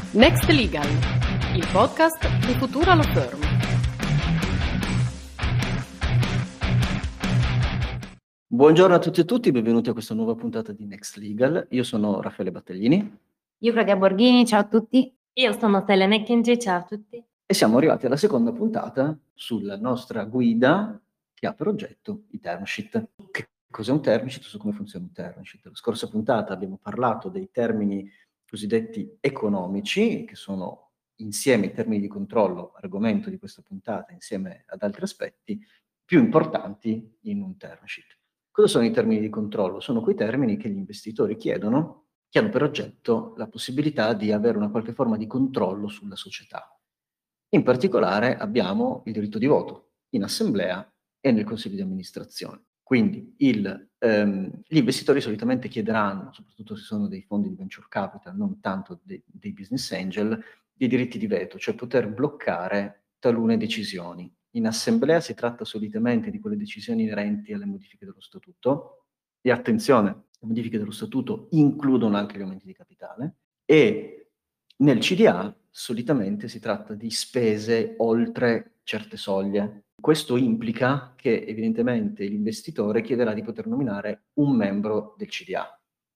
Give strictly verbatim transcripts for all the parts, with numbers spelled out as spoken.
Next Legal, il podcast di Futura Law Firm. Buongiorno a tutti e tutti, benvenuti a questa nuova puntata di Next Legal. Io sono Raffaele Battaglini. Io Claudia Borghini, ciao a tutti. Io sono Selene Kenji, ciao a tutti. E siamo arrivati alla seconda puntata sulla nostra guida che ha per oggetto i term sheet. Che cos'è un term sheet? Su come funziona un term sheet. La scorsa puntata abbiamo parlato dei termini cosiddetti economici, che sono insieme i termini di controllo, argomento di questa puntata, insieme ad altri aspetti più importanti in un term sheet. Cosa sono i termini di controllo? Sono quei termini che gli investitori chiedono, che hanno per oggetto la possibilità di avere una qualche forma di controllo sulla società. In particolare abbiamo il diritto di voto in assemblea e nel consiglio di amministrazione. Quindi il, ehm, gli investitori solitamente chiederanno, soprattutto se sono dei fondi di venture capital, non tanto dei, dei business angel, dei diritti di veto, cioè poter bloccare talune decisioni. In assemblea si tratta solitamente di quelle decisioni inerenti alle modifiche dello statuto, e attenzione, le modifiche dello statuto includono anche gli aumenti di capitale, e nel C D A solitamente si tratta di spese oltre certe soglie. Questo implica che evidentemente l'investitore chiederà di poter nominare un membro del C D A.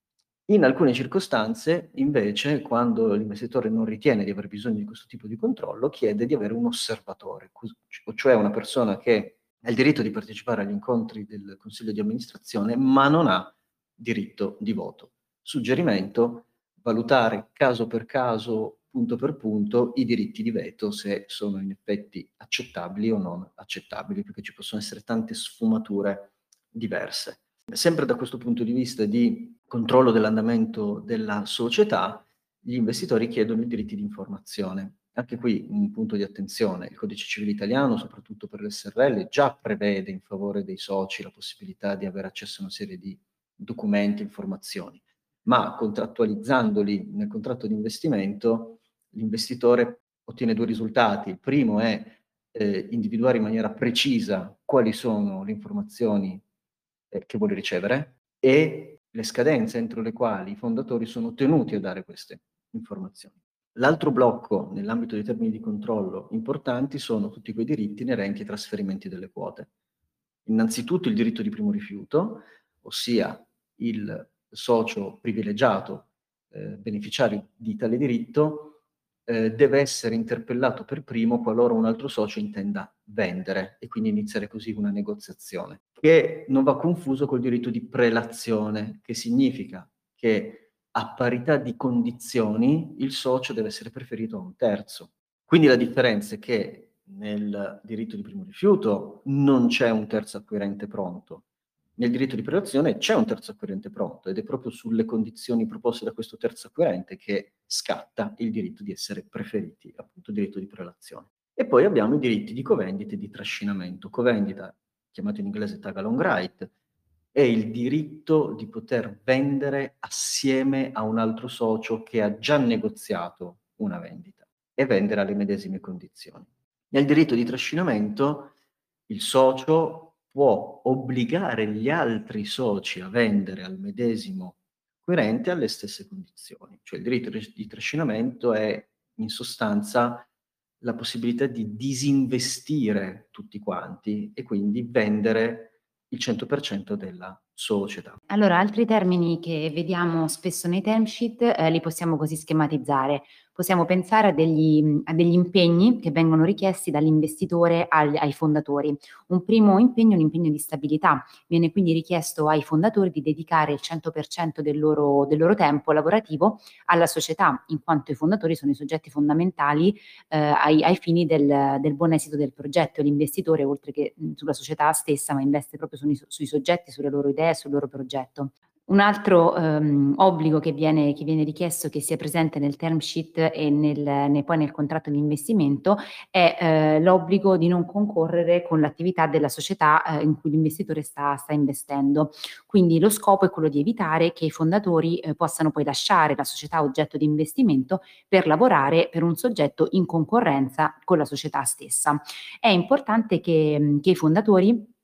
In alcune circostanze, invece, quando l'investitore non ritiene di aver bisogno di questo tipo di controllo, chiede di avere un osservatore, cioè una persona che ha il diritto di partecipare agli incontri del consiglio di amministrazione, ma non ha diritto di voto. Suggerimento: valutare caso per caso, punto per punto, i diritti di veto, se sono in effetti accettabili o non accettabili, perché ci possono essere tante sfumature diverse. Sempre da questo punto di vista di controllo dell'andamento della società, gli investitori chiedono i diritti di informazione. Anche qui un punto di attenzione: il Codice Civile Italiano, soprattutto per l'S R L, già prevede in favore dei soci la possibilità di avere accesso a una serie di documenti, informazioni, ma contrattualizzandoli nel contratto di investimento, l'investitore ottiene due risultati. Il primo è eh, individuare in maniera precisa quali sono le informazioni eh, che vuole ricevere e le scadenze entro le quali i fondatori sono tenuti a dare queste informazioni. L'altro blocco nell'ambito dei termini di controllo importanti sono tutti quei diritti inerenti ai trasferimenti delle quote. Innanzitutto il diritto di primo rifiuto, ossia il socio privilegiato, eh, beneficiario di tale diritto, eh, deve essere interpellato per primo qualora un altro socio intenda vendere e quindi iniziare così una negoziazione, che non va confuso col diritto di prelazione, che significa che a parità di condizioni il socio deve essere preferito a un terzo. Quindi la differenza è che nel diritto di primo rifiuto non c'è un terzo acquirente pronto. Nel diritto di prelazione c'è un terzo acquirente pronto ed è proprio sulle condizioni proposte da questo terzo acquirente che scatta il diritto di essere preferiti, appunto il diritto di prelazione. E poi abbiamo i diritti di covendita e di trascinamento. Covendita, chiamato in inglese tag along right, è il diritto di poter vendere assieme a un altro socio che ha già negoziato una vendita e vendere alle medesime condizioni. Nel diritto di trascinamento il socio può obbligare gli altri soci a vendere al medesimo acquirente alle stesse condizioni. Cioè il diritto di trascinamento è in sostanza la possibilità di disinvestire tutti quanti e quindi vendere il cento per cento della società. Allora, altri termini che vediamo spesso nei term sheet eh, li possiamo così schematizzare. Possiamo pensare a degli, a degli impegni che vengono richiesti dall'investitore agli, ai fondatori. Un primo impegno è un impegno di stabilità. Viene quindi richiesto ai fondatori di dedicare il cento per cento del loro, del loro tempo lavorativo alla società, in quanto i fondatori sono i soggetti fondamentali eh, ai, ai fini del, del buon esito del progetto. L'investitore, oltre che mh, sulla società stessa, ma investe proprio sui, sui soggetti, sulle loro idee, sul loro progetto. Un altro ehm, obbligo che viene, che viene richiesto che sia presente nel term sheet e nel, ne, poi nel contratto di investimento è eh, l'obbligo di non concorrere con l'attività della società eh, in cui l'investitore sta, sta investendo. Quindi lo scopo è quello di evitare che i fondatori eh, possano poi lasciare la società oggetto di investimento per lavorare per un soggetto in concorrenza con la società stessa. È importante che, che i fondatori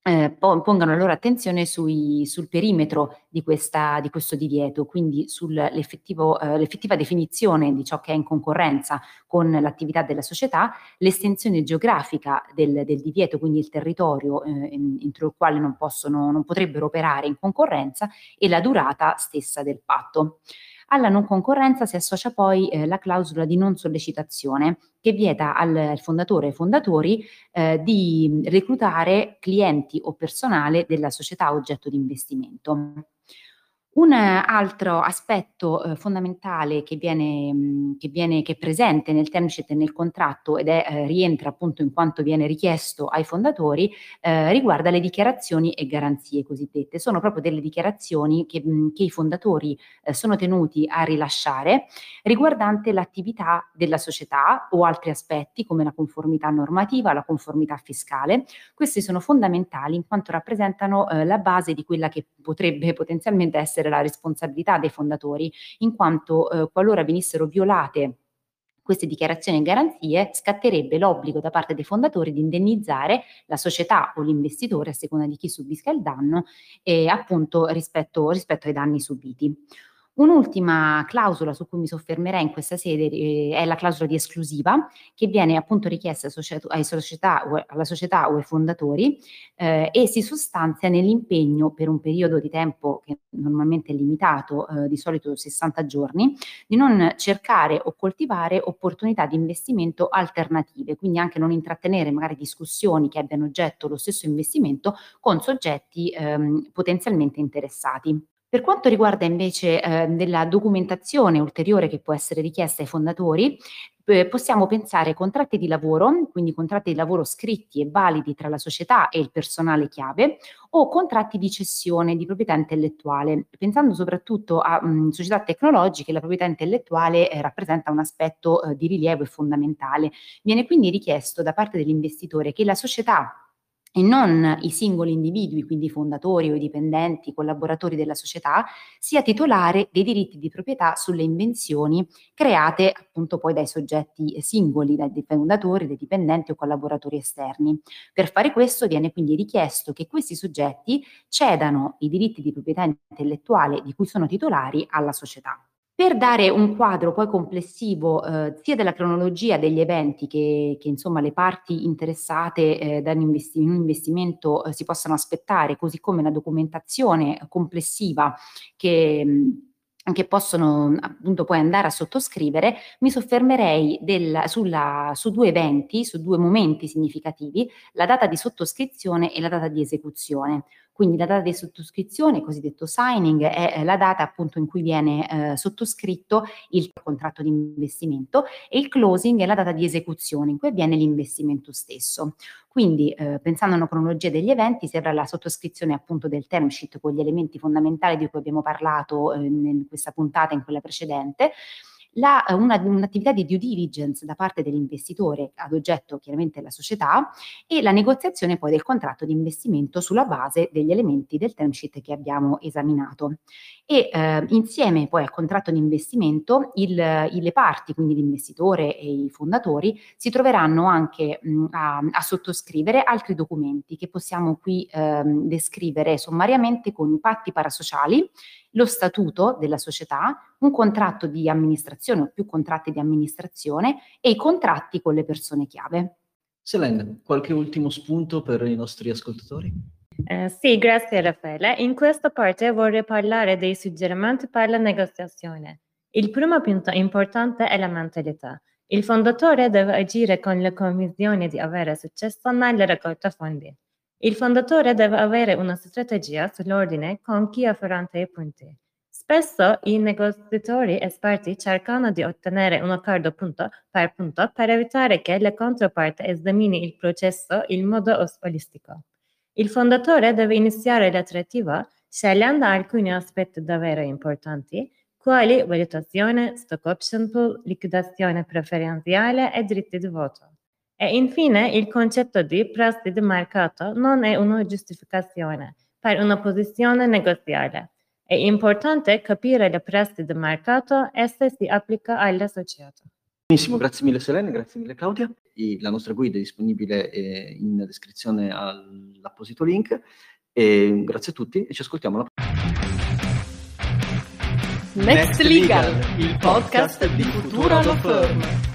eh, po- pongano la loro attenzione sui- sul perimetro di, questa, di questo divieto, quindi sull'effettivo, eh, l'effettiva definizione di ciò che è in concorrenza con l'attività della società, l'estensione geografica del, del divieto, quindi il territorio eh, in- entro il quale non, possono, non potrebbero operare in concorrenza, e la durata stessa del patto. Alla non concorrenza si associa poi eh, la clausola di non sollecitazione, che vieta al, al fondatore e ai fondatori eh, di reclutare clienti o personale della società oggetto di investimento. Un altro aspetto eh, fondamentale che viene, mh, che viene che è presente nel term sheet e nel contratto, ed è eh, rientra appunto in quanto viene richiesto ai fondatori, eh, riguarda le dichiarazioni e garanzie cosiddette. Sono proprio delle dichiarazioni che, mh, che i fondatori eh, sono tenuti a rilasciare riguardante l'attività della società o altri aspetti come la conformità normativa, la conformità fiscale. Questi sono fondamentali in quanto rappresentano eh, la base di quella che potrebbe potenzialmente essere la responsabilità dei fondatori, in quanto eh, qualora venissero violate queste dichiarazioni e garanzie, scatterebbe l'obbligo da parte dei fondatori di indennizzare la società o l'investitore, a seconda di chi subisca il danno, eh, appunto rispetto, rispetto ai danni subiti. Un'ultima clausola su cui mi soffermerei in questa sede eh, è la clausola di esclusiva, che viene appunto richiesta ai società, ai società o alla società o ai fondatori eh, e si sostanzia nell'impegno per un periodo di tempo che normalmente è limitato, eh, di solito sessanta giorni, di non cercare o coltivare opportunità di investimento alternative, quindi anche non intrattenere magari discussioni che abbiano oggetto lo stesso investimento con soggetti ehm, potenzialmente interessati. Per quanto riguarda invece eh, della documentazione ulteriore che può essere richiesta ai fondatori, eh, possiamo pensare ai contratti di lavoro, quindi contratti di lavoro scritti e validi tra la società e il personale chiave, o contratti di cessione di proprietà intellettuale. Pensando soprattutto a mh, società tecnologiche, la proprietà intellettuale eh, rappresenta un aspetto eh, di rilievo e fondamentale. Viene quindi richiesto da parte dell'investitore che la società e non i singoli individui, quindi i fondatori o i dipendenti, collaboratori della società, sia titolare dei diritti di proprietà sulle invenzioni create appunto poi dai soggetti singoli, dai fondatori, dai dipendenti o collaboratori esterni. Per fare questo viene quindi richiesto che questi soggetti cedano i diritti di proprietà intellettuale di cui sono titolari alla società. Per dare un quadro poi complessivo eh, sia della cronologia degli eventi che, che insomma le parti interessate eh, da un, investi- in un investimento eh, si possano aspettare, così come la documentazione complessiva che, mh, che possono appunto poi andare a sottoscrivere, mi soffermerei del, sulla, su due eventi, su due momenti significativi: la data di sottoscrizione e la data di esecuzione. Quindi la data di sottoscrizione, cosiddetto signing, è la data appunto in cui viene eh, sottoscritto il contratto di investimento, e il closing è la data di esecuzione in cui avviene l'investimento stesso. Quindi eh, pensando a una cronologia degli eventi, si avrà la sottoscrizione appunto del term sheet con gli elementi fondamentali di cui abbiamo parlato eh, in questa puntata e in quella precedente, la, una, un'attività di due diligence da parte dell'investitore ad oggetto chiaramente la società, e la negoziazione poi del contratto di investimento sulla base degli elementi del term sheet che abbiamo esaminato. E eh, insieme poi al contratto di investimento il, il, le parti, quindi l'investitore e i fondatori, si troveranno anche mh, a, a sottoscrivere altri documenti che possiamo qui ehm, descrivere sommariamente con i patti parasociali, lo statuto della società, un contratto di amministrazione o più contratti di amministrazione e i contratti con le persone chiave. Selene, qualche ultimo spunto per i nostri ascoltatori? Eh, sì, grazie Raffaele. In questa parte vorrei parlare dei suggerimenti per la negoziazione. Il primo punto importante è la mentalità. Il fondatore deve agire con la convinzione di avere successo nella raccolta fondi. Il fondatore deve avere una strategia sull'ordine con chi afferente i punti. Spesso i negoziatori esperti cercano di ottenere un accordo punto per punto per evitare che la controparte esamini il processo in modo olistico. Il fondatore deve iniziare la trattativa scegliendo alcuni aspetti davvero importanti, quali valutazione, stock option pool, liquidazione preferenziale e diritti di voto. E infine il concetto di prezzi di mercato non è una giustificazione per una posizione negoziale. È importante capire i prezzi di mercato e se si applica all'associato. Benissimo, grazie mille Selene, grazie mille Claudia. i, la nostra guida è disponibile eh, in descrizione all'apposito link. E grazie a tutti e ci ascoltiamo alla prossima. Next Legal, il podcast di Futura Law Firm.